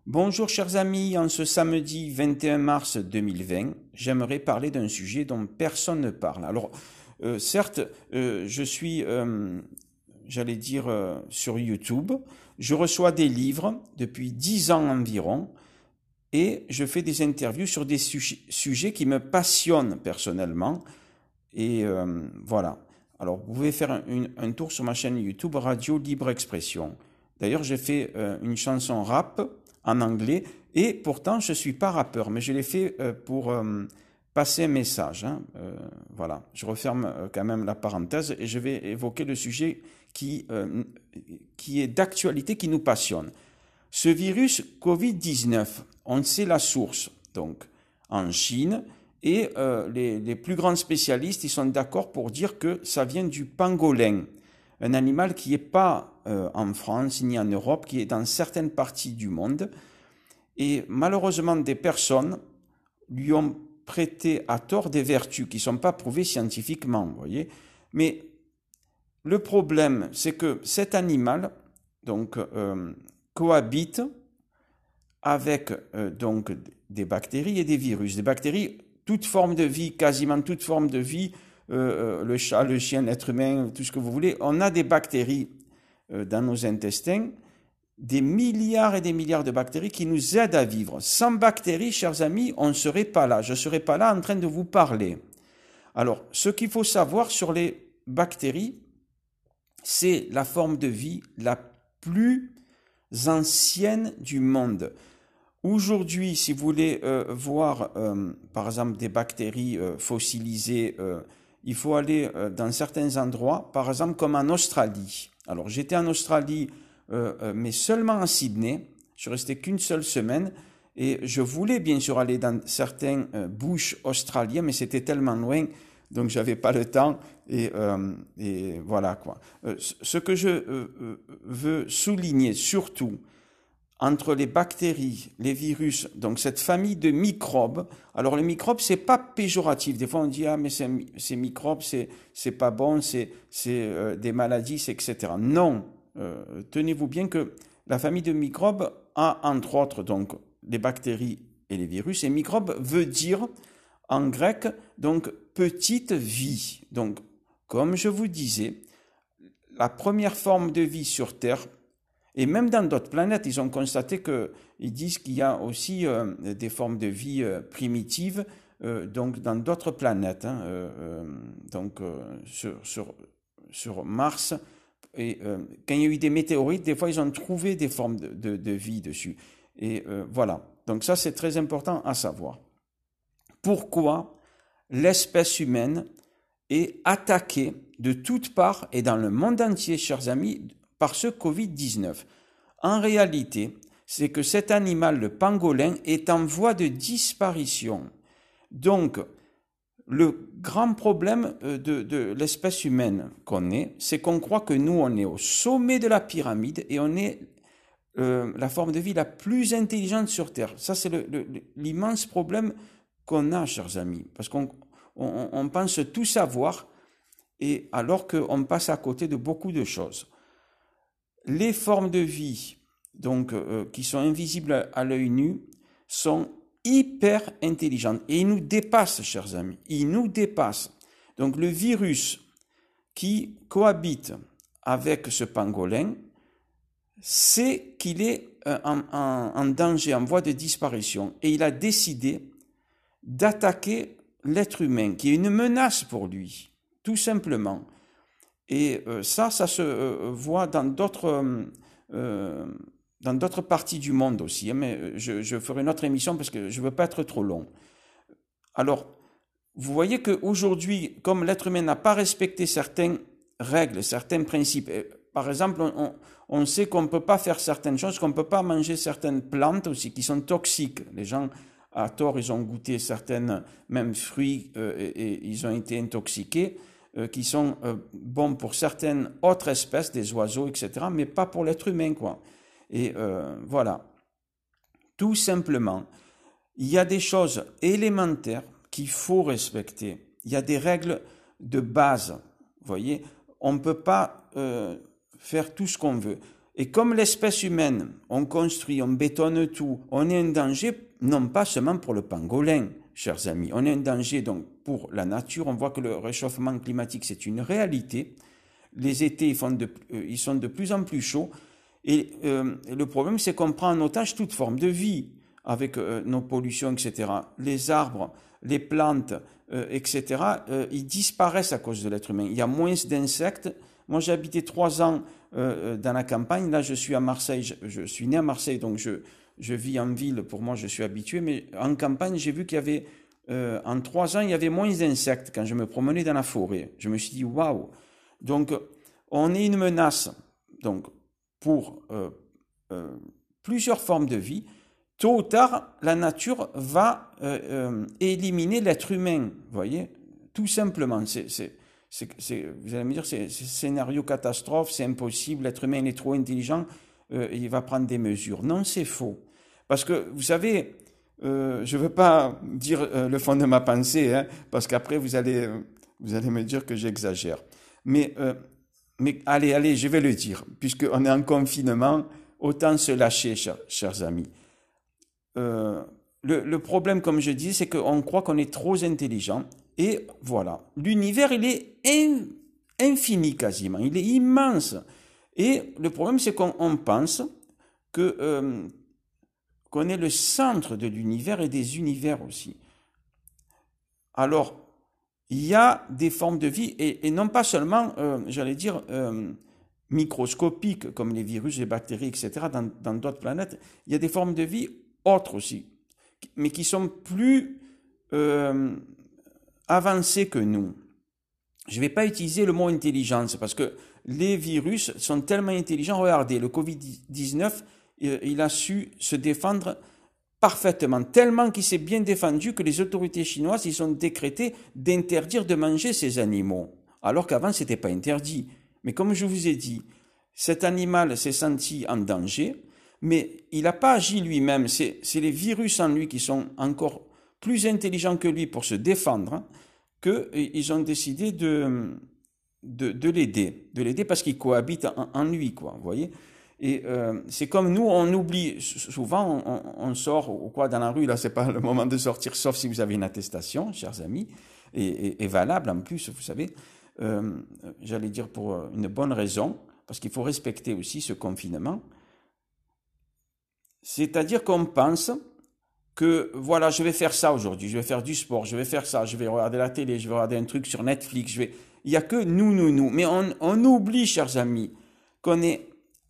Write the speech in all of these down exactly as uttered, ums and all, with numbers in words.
Bonjour chers amis, en ce samedi vingt et un mars deux mille vingt, j'aimerais parler d'un sujet dont personne ne parle. Alors, euh, certes, euh, je suis, euh, j'allais dire, euh, sur YouTube, je reçois des livres depuis dix ans environ et je fais des interviews sur des sujets, sujets qui me passionnent personnellement. Et euh, voilà. Alors, vous pouvez faire un, une- un tour sur ma chaîne YouTube Radio Libre Expression. D'ailleurs, j'ai fait euh, une chanson rap en anglais et pourtant, je ne suis pas rappeur, mais je l'ai fait euh, pour euh, passer un message, hein. Euh, voilà. Je referme euh, quand même la parenthèse et je vais évoquer le sujet qui, euh, qui est d'actualité, qui nous passionne. Ce virus covid dix-neuf, on sait la source, donc en Chine, et euh, les, les plus grands spécialistes ils sont d'accord pour dire que ça vient du pangolin, un animal qui n'est pas euh, en France ni en Europe, qui est dans certaines parties du monde. Et malheureusement, des personnes lui ont prêté à tort des vertus qui ne sont pas prouvées scientifiquement, vous voyez. Mais le problème, c'est que cet animal donc, euh, cohabite avec euh, donc des bactéries et des virus. Des bactéries, toute forme de vie, quasiment toute forme de vie, euh, euh, le chat, le chien, l'être humain, tout ce que vous voulez, on a des bactéries euh, dans nos intestins, des milliards et des milliards de bactéries qui nous aident à vivre. Sans bactéries, chers amis, on ne serait pas là. Je ne serais pas là en train de vous parler. Alors, ce qu'il faut savoir sur les bactéries, c'est la forme de vie la plus ancienne du monde. Aujourd'hui, si vous voulez euh, voir, euh, par exemple, des bactéries euh, fossilisées, euh, il faut aller euh, dans certains endroits, par exemple comme en Australie. Alors, j'étais en Australie, euh, euh, mais seulement à Sydney. Je suis resté qu'une seule semaine. Et je voulais bien sûr aller dans certains euh, bushs australiens, mais c'était tellement loin, donc j'avais pas le temps. Et, euh, et voilà quoi. Euh, ce que je euh, veux souligner surtout, entre les bactéries, les virus, donc cette famille de microbes. Alors les microbes, c'est pas péjoratif. Des fois on dit ah mais c'est, ces microbes, c'est c'est pas bon, c'est c'est euh, des maladies, c'est et cetera. Non, euh, tenez-vous bien que la famille de microbes a entre autres donc les bactéries et les virus. Et microbe veut dire en grec donc petite vie. Donc comme je vous disais, la première forme de vie sur Terre. Et même dans d'autres planètes, ils ont constaté qu'ils disent qu'il y a aussi euh, des formes de vie euh, primitives euh, donc dans d'autres planètes, hein, euh, euh, donc euh, sur, sur, sur Mars. Et euh, quand il y a eu des météorites, des fois ils ont trouvé des formes de, de, de vie dessus. Et euh, voilà. Donc ça c'est très important à savoir. Pourquoi l'espèce humaine est attaquée de toutes parts et dans le monde entier, chers amis, par ce covid dix-neuf. En réalité, c'est que cet animal, le pangolin, est en voie de disparition. Donc, le grand problème de, de l'espèce humaine qu'on est, c'est qu'on croit que nous, on est au sommet de la pyramide et on est euh, la forme de vie la plus intelligente sur Terre. Ça, c'est le, le, l'immense problème qu'on a, chers amis, parce qu'on on, on pense tout savoir, et alors qu'on passe à côté de beaucoup de choses. Les formes de vie donc, euh, qui sont invisibles à l'œil nu sont hyper intelligentes et ils nous dépassent, chers amis. Ils nous dépassent. Donc le virus qui cohabite avec ce pangolin sait qu'il est en, en, en danger, en voie de disparition, et il a décidé d'attaquer l'être humain, qui est une menace pour lui, tout simplement. Et euh, ça, ça se euh, voit dans d'autres, euh, dans d'autres parties du monde aussi, hein, mais je, je ferai une autre émission parce que je ne veux pas être trop long. Alors, vous voyez qu'aujourd'hui, comme l'être humain n'a pas respecté certaines règles, certains principes, par exemple, on, on sait qu'on ne peut pas faire certaines choses, qu'on ne peut pas manger certaines plantes aussi qui sont toxiques. Les gens, à tort, ils ont goûté certains, même fruits, euh, et, et ils ont été intoxiqués, euh, qui sont euh, bons pour certaines autres espèces, des oiseaux, et cetera, mais pas pour l'être humain, quoi. Et euh, voilà. Tout simplement, il y a des choses élémentaires qu'il faut respecter. Il y a des règles de base. Vous voyez, on ne peut pas euh, faire tout ce qu'on veut. Et comme l'espèce humaine, on construit, on bétonne tout, on est un danger, non pas seulement pour le pangolin, chers amis, on est un danger donc pour la nature. On voit que le réchauffement climatique, c'est une réalité. Les étés, ils, font de, euh, ils sont de plus en plus chauds. Et euh, le problème, c'est qu'on prend en otage toute forme de vie avec euh, nos pollutions, et cetera. Les arbres, les plantes, euh, et cetera, euh, ils disparaissent à cause de l'être humain. Il y a moins d'insectes. Moi, j'ai habité trois ans euh, dans la campagne. Là, je suis à Marseille. Je, je suis né à Marseille, donc je, je vis en ville. Pour moi, je suis habitué. Mais en campagne, j'ai vu qu'il y avait, euh, en trois ans, il y avait moins d'insectes quand je me promenais dans la forêt. Je me suis dit, waouh! Donc, on est une menace donc, pour euh, euh, plusieurs formes de vie. Tôt ou tard, la nature va euh, euh, éliminer l'être humain, vous voyez, tout simplement. C'est, c'est, c'est, c'est, vous allez me dire, c'est, c'est scénario catastrophe, c'est impossible, l'être humain est trop intelligent, euh, il va prendre des mesures. Non, c'est faux. Parce que, vous savez, euh, je ne veux pas dire euh, le fond de ma pensée, hein, parce qu'après, vous allez, euh, vous allez me dire que j'exagère. Mais, euh, mais allez, allez, je vais le dire, puisqu'on est en confinement, autant se lâcher, chers, chers amis. Euh, le, le problème, comme je dis, c'est qu'on croit qu'on est trop intelligent. Et voilà, l'univers, il est in, infini quasiment, il est immense. Et le problème, c'est qu'on on pense que, euh, qu'on est le centre de l'univers et des univers aussi. Alors, il y a des formes de vie, et, et non pas seulement, euh, j'allais dire, euh, microscopiques, comme les virus, les bactéries, et cetera, dans, dans d'autres planètes. Il y a des formes de vie autres aussi, mais qui sont plus euh, avancées que nous. Je ne vais pas utiliser le mot intelligence, parce que les virus sont tellement intelligents. Regardez, le covid dix-neuf, il a su se défendre parfaitement, tellement qu'il s'est bien défendu que les autorités chinoises, ils ont décrété d'interdire de manger ces animaux, alors qu'avant, ce n'était pas interdit. Mais comme je vous ai dit, cet animal s'est senti en danger, mais il n'a pas agi lui-même. C'est, c'est les virus en lui qui sont encore plus intelligents que lui pour se défendre, hein, qu'ils ont décidé de, de, de l'aider, de l'aider parce qu'il cohabite en, en lui, quoi, vous voyez. Et euh, c'est comme nous, on oublie souvent, on, on sort ou quoi dans la rue, là c'est pas le moment de sortir, sauf si vous avez une attestation, chers amis, et, et, et valable en plus, vous savez, euh, j'allais dire pour une bonne raison, parce qu'il faut respecter aussi ce confinement. C'est-à-dire qu'on pense que voilà, je vais faire ça aujourd'hui, je vais faire du sport, je vais faire ça, je vais regarder la télé, je vais regarder un truc sur Netflix, je vais... il n'y a que nous, nous, nous. Mais on, on oublie, chers amis, qu'on est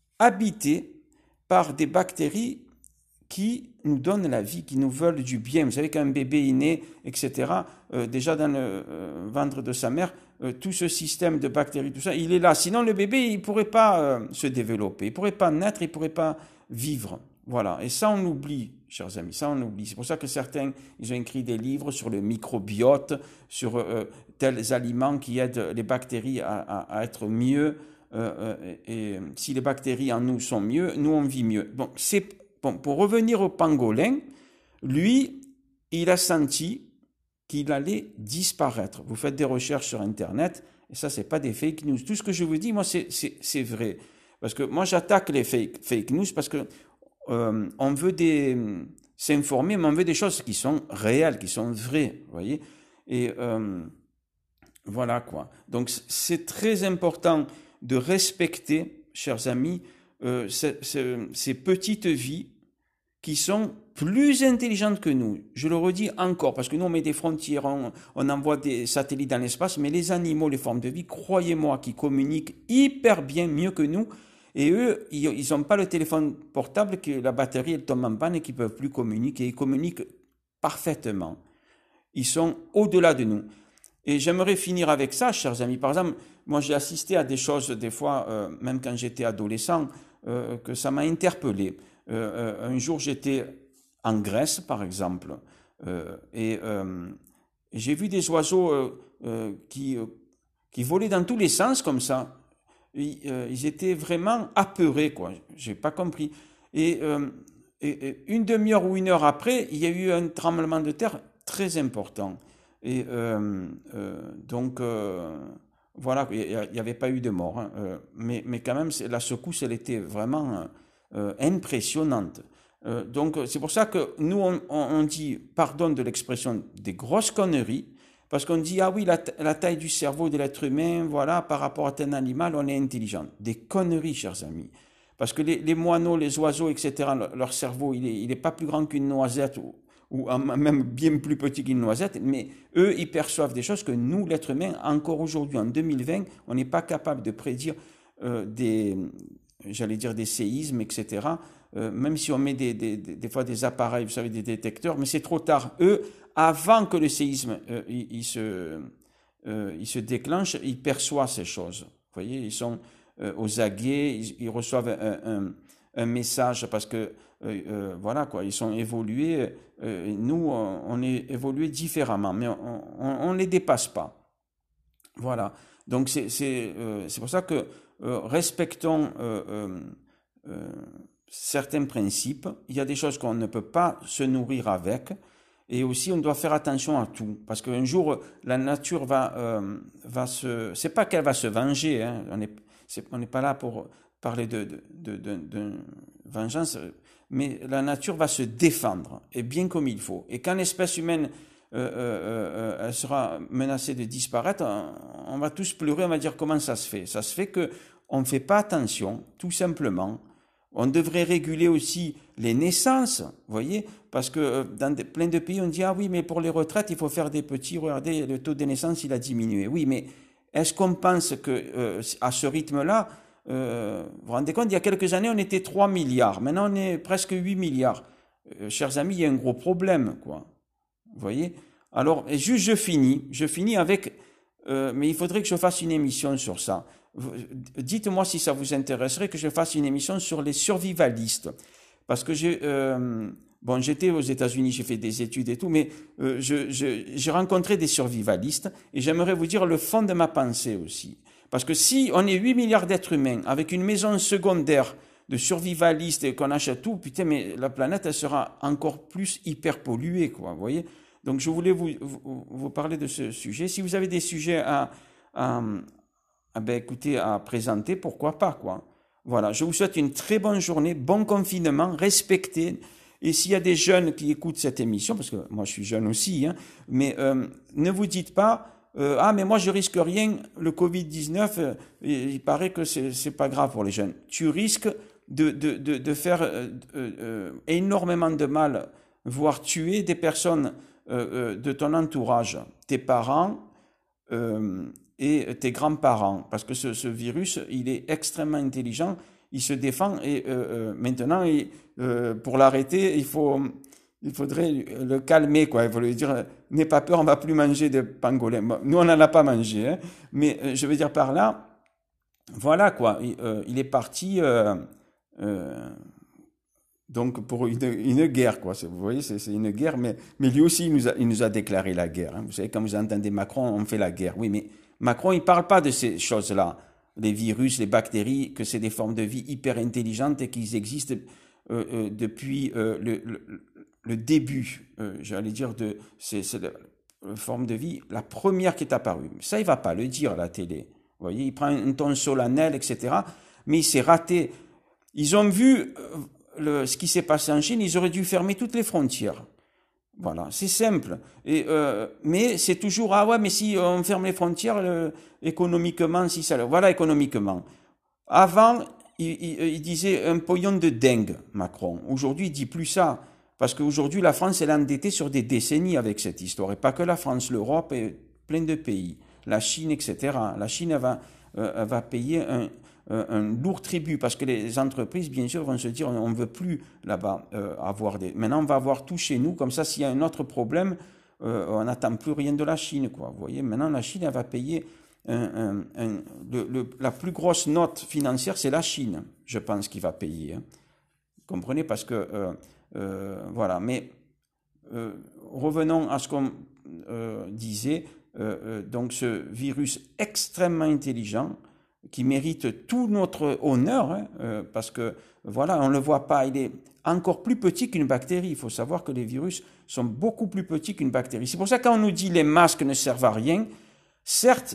habité par des bactéries qui nous donnent la vie, qui nous veulent du bien. Vous savez qu'un bébé est né, et cetera, euh, déjà dans le euh, ventre de sa mère, euh, tout ce système de bactéries, tout ça, il est là. Sinon, le bébé, il ne pourrait pas euh, se développer, il ne pourrait pas naître, il ne pourrait pas vivre. Voilà, et ça on oublie, chers amis, ça on oublie. C'est pour ça que certains, ils ont écrit des livres sur le microbiote, sur euh, tels aliments qui aident les bactéries à, à, à être mieux. Euh, et, et si les bactéries en nous sont mieux, nous on vit mieux. Bon, c'est, bon, pour revenir au pangolin, lui, il a senti qu'il allait disparaître. Vous faites des recherches sur Internet, et ça c'est pas des fake news. Tout ce que je vous dis, moi c'est, c'est, c'est vrai. Parce que moi j'attaque les fake, fake news parce que Euh, on veut des, s'informer, mais on veut des choses qui sont réelles, qui sont vraies, vous voyez. Et euh, voilà quoi. Donc c'est très important de respecter, chers amis, euh, ces, ces, ces petites vies qui sont plus intelligentes que nous. Je le redis encore, parce que nous on met des frontières, on, on envoie des satellites dans l'espace, mais les animaux, les formes de vie, croyez-moi, qui communiquent hyper bien, mieux que nous. Et eux, ils n'ont pas le téléphone portable, que la batterie elle tombe en panne et qu'ils ne peuvent plus communiquer. Ils communiquent parfaitement. Ils sont au-delà de nous. Et j'aimerais finir avec ça, chers amis. Par exemple, moi j'ai assisté à des choses, des fois, euh, même quand j'étais adolescent, euh, que ça m'a interpellé. Euh, un jour, j'étais en Grèce, par exemple, euh, et euh, j'ai vu des oiseaux euh, euh, qui, euh, qui volaient dans tous les sens, comme ça. Ils étaient vraiment apeurés, quoi. J'ai pas compris. Et, euh, et, et une demi-heure ou une heure après, il y a eu un tremblement de terre très important. Et euh, euh, donc, euh, voilà, il n'y avait pas eu de mort, hein, euh, mais, mais quand même, la secousse, elle était vraiment euh, impressionnante. Euh, donc, c'est pour ça que nous, on, on dit, pardon de l'expression, des grosses conneries, parce qu'on dit, ah oui, la, la taille du cerveau de l'être humain, voilà, par rapport à un animal, on est intelligent. Des conneries, chers amis. Parce que les, les moineaux, les oiseaux, et cetera, leur, leur cerveau, il n'est il est pas plus grand qu'une noisette, ou, ou même bien plus petit qu'une noisette, mais eux, ils perçoivent des choses que nous, l'être humain, encore aujourd'hui, en deux mille vingt, on n'est pas capable de prédire euh, des, j'allais dire des séismes, et cetera. Euh, même si on met des, des, des, des fois des appareils, vous savez, des détecteurs, mais c'est trop tard. Eux, avant que le séisme euh, il, il, se, euh, il se déclenche, ils perçoivent ces choses. Vous voyez, ils sont euh, aux aguets, ils, ils reçoivent un, un, un message parce que, euh, euh, voilà, quoi, ils sont évolués. Euh, nous, on, on est évolués différemment, mais on ne les dépasse pas. Voilà. Donc, c'est euh, pour ça que euh, respectons euh, euh, euh, certains principes. Il y a des choses qu'on ne peut pas se nourrir avec. Et aussi, on doit faire attention à tout. Parce qu'un jour, la nature va, euh, va se... C'est pas qu'elle va se venger. Hein. On n'est on n'est pas là pour parler de, de, de, de, de vengeance. Mais la nature va se défendre. Et bien comme il faut. Et quand l'espèce humaine euh, euh, euh, elle sera menacée de disparaître, on, on va tous pleurer. On va dire comment ça se fait. Ça se fait qu'on ne fait pas attention, tout simplement. On devrait réguler aussi les naissances, vous voyez, parce que dans de, plein de pays, on dit, ah oui, mais pour les retraites, il faut faire des petits, regardez, le taux de naissance, il a diminué. Oui, mais est-ce qu'on pense que euh, à ce rythme-là, euh, vous vous rendez compte, il y a quelques années, on était trois milliards, maintenant on est presque huit milliards. Euh, chers amis, il y a un gros problème, quoi. Vous voyez? Alors, juste, je finis, je finis avec, euh, mais il faudrait que je fasse une émission sur ça. Dites-moi si ça vous intéresserait que je fasse une émission sur les survivalistes. Parce que j'ai, euh, bon, j'étais aux États-Unis, j'ai fait des études et tout, mais euh, j'ai rencontré des survivalistes et j'aimerais vous dire le fond de ma pensée aussi. Parce que si on est huit milliards d'êtres humains avec une maison secondaire de survivalistes et qu'on achète tout, putain, mais la planète, elle sera encore plus hyper polluée, quoi, vous voyez? Donc, je voulais vous, vous, vous parler de ce sujet. Si vous avez des sujets à, à Ah ben écoutez, à présenter, pourquoi pas, quoi. Voilà, je vous souhaite une très bonne journée, bon confinement, respectez. Et s'il y a des jeunes qui écoutent cette émission, parce que moi je suis jeune aussi, hein, mais euh, ne vous dites pas, euh, ah mais moi je risque rien, le covid dix-neuf, euh, il paraît que c'est pas grave pour les jeunes. Tu risques de, de, de, de faire euh, euh, énormément de mal, voire tuer des personnes euh, euh, de ton entourage, tes parents, euh, et tes grands-parents, parce que ce, ce virus, il est extrêmement intelligent, il se défend, et euh, euh, maintenant, il, euh, pour l'arrêter, il, faut, il faudrait le calmer, quoi. Il faut lui dire, n'aie pas peur, on va plus manger de pangolin. Bon, nous, on n'en a pas mangé, hein, mais euh, je veux dire par là, voilà, quoi, il, euh, il est parti... Euh, euh, donc pour une, une guerre, quoi. Vous voyez, c'est une guerre, mais, mais lui aussi, il nous, a, il nous a déclaré la guerre. Hein. Vous savez, quand vous entendez Macron, on fait la guerre. Oui, mais Macron, il ne parle pas de ces choses-là. Les virus, les bactéries, que c'est des formes de vie hyper intelligentes et qu'ils existent euh, euh, depuis euh, le, le, le début, euh, j'allais dire, de ces formes de vie, la première qui est apparue. Ça, il ne va pas le dire à la télé. Vous voyez, il prend un ton solennel, et cetera. Mais il s'est raté. Ils ont vu... Euh, Le, ce qui s'est passé en Chine, ils auraient dû fermer toutes les frontières. Voilà, c'est simple. Et, euh, mais c'est toujours, ah ouais, mais si on ferme les frontières, le, économiquement, si ça... Voilà, économiquement. Avant, il, il, il disait un pognon de dingue, Macron. Aujourd'hui, il dit plus ça. Parce qu'aujourd'hui, la France, elle est endettée sur des décennies avec cette histoire. Et pas que la France, l'Europe et plein de pays. La Chine, et cetera. La Chine, elle va, euh, elle va payer un... un lourd tribut, parce que les entreprises, bien sûr, vont se dire, on ne veut plus là-bas euh, avoir des... Maintenant, on va avoir tout chez nous, comme ça, s'il y a un autre problème, euh, on n'attend plus rien de la Chine, quoi. Vous voyez, maintenant, la Chine, elle va payer un, un, un, le, le, la plus grosse note financière, c'est la Chine, je pense, qui va payer. Hein. Vous comprenez, parce que, euh, euh, voilà, mais euh, revenons à ce qu'on euh, disait, euh, euh, donc ce virus extrêmement intelligent, qui mérite tout notre honneur, hein, euh, parce que, voilà, on ne le voit pas, il est encore plus petit qu'une bactérie. Il faut savoir que les virus sont beaucoup plus petits qu'une bactérie. C'est pour ça que quand on nous dit les masques ne servent à rien, certes,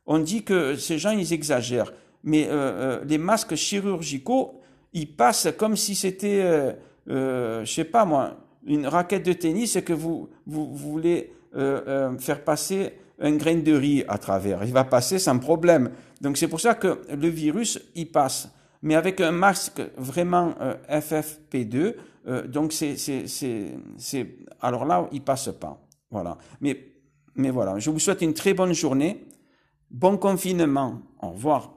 On dit que ces gens, ils exagèrent. Mais euh, euh, les masques chirurgicaux, ils passent comme si c'était, euh, euh, je sais pas moi, une raquette de tennis et que vous, vous, vous voulez euh, euh, faire passer un grain de riz à travers. Il va passer sans problème. Donc c'est pour ça que le virus, il passe. Mais avec un masque vraiment euh, F F P deux, euh, donc c'est, c'est, c'est, c'est, alors là, il passe pas. Voilà. Mais, mais voilà, je vous souhaite une très bonne journée. Bon confinement. Au revoir.